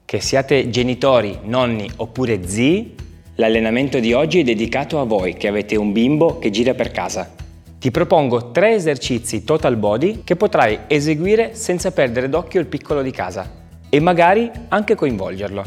Che siate genitori, nonni oppure zii, l'allenamento di oggi è dedicato a voi che avete un bimbo che gira per casa. Ti propongo 3 esercizi total body che potrai eseguire senza perdere d'occhio il piccolo di casa e magari anche coinvolgerlo.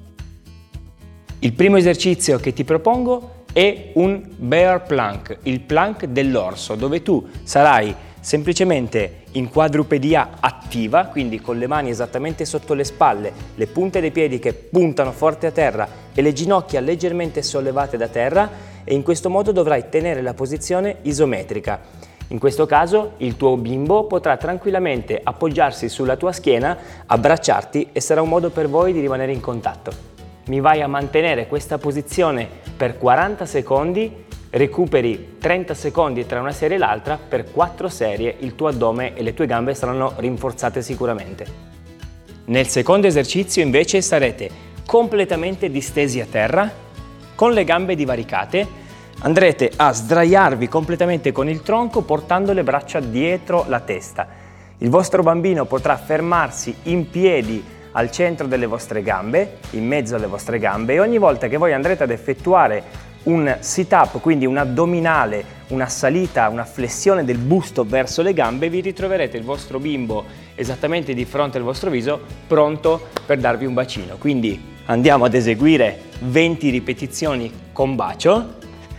Il primo esercizio che ti propongo è un bear plank, il plank dell'orso, dove tu sarai semplicemente in quadrupedia attiva, quindi con le mani esattamente sotto le spalle, le punte dei piedi che puntano forte a terra e le ginocchia leggermente sollevate da terra, e in questo modo dovrai tenere la posizione isometrica. In questo caso il tuo bimbo potrà tranquillamente appoggiarsi sulla tua schiena, abbracciarti e sarà un modo per voi di rimanere in contatto. Mi vai a mantenere questa posizione per 40 secondi, recuperi 30 secondi tra una serie e l'altra, per 4 serie il tuo addome e le tue gambe saranno rinforzate sicuramente. Nel secondo esercizio invece sarete completamente distesi a terra, con le gambe divaricate, andrete a sdraiarvi completamente con il tronco portando le braccia dietro la testa. Il vostro bambino potrà fermarsi in piedi al centro delle vostre gambe, in mezzo alle vostre gambe, e ogni volta che voi andrete ad effettuare un sit-up, quindi un addominale, una salita, una flessione del busto verso le gambe, vi ritroverete il vostro bimbo esattamente di fronte al vostro viso, pronto per darvi un bacino. Quindi andiamo ad eseguire 20 ripetizioni con bacio,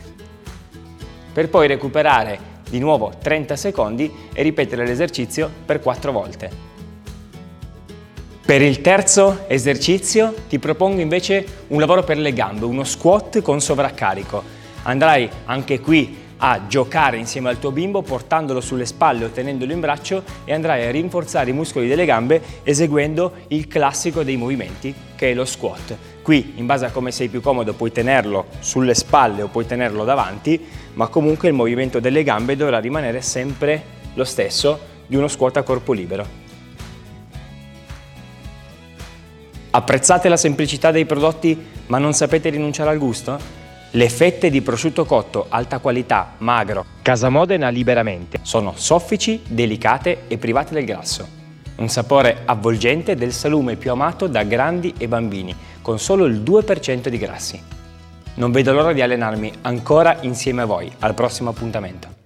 per poi recuperare di nuovo 30 secondi e ripetere l'esercizio per 4 volte. Per il terzo esercizio ti propongo invece un lavoro per le gambe, uno squat con sovraccarico. Andrai anche qui a giocare insieme al tuo bimbo portandolo sulle spalle o tenendolo in braccio, e andrai a rinforzare i muscoli delle gambe eseguendo il classico dei movimenti che è lo squat. Qui, in base a come sei più comodo, puoi tenerlo sulle spalle o puoi tenerlo davanti, ma comunque il movimento delle gambe dovrà rimanere sempre lo stesso di uno squat a corpo libero. Apprezzate la semplicità dei prodotti ma non sapete rinunciare al gusto? Le fette di prosciutto cotto alta qualità, magro, Casa Modena Liberamente sono soffici, delicate e private del grasso. Un sapore avvolgente del salume più amato da grandi e bambini, con solo il 2% di grassi. Non vedo l'ora di allenarmi ancora insieme a voi. Al prossimo appuntamento.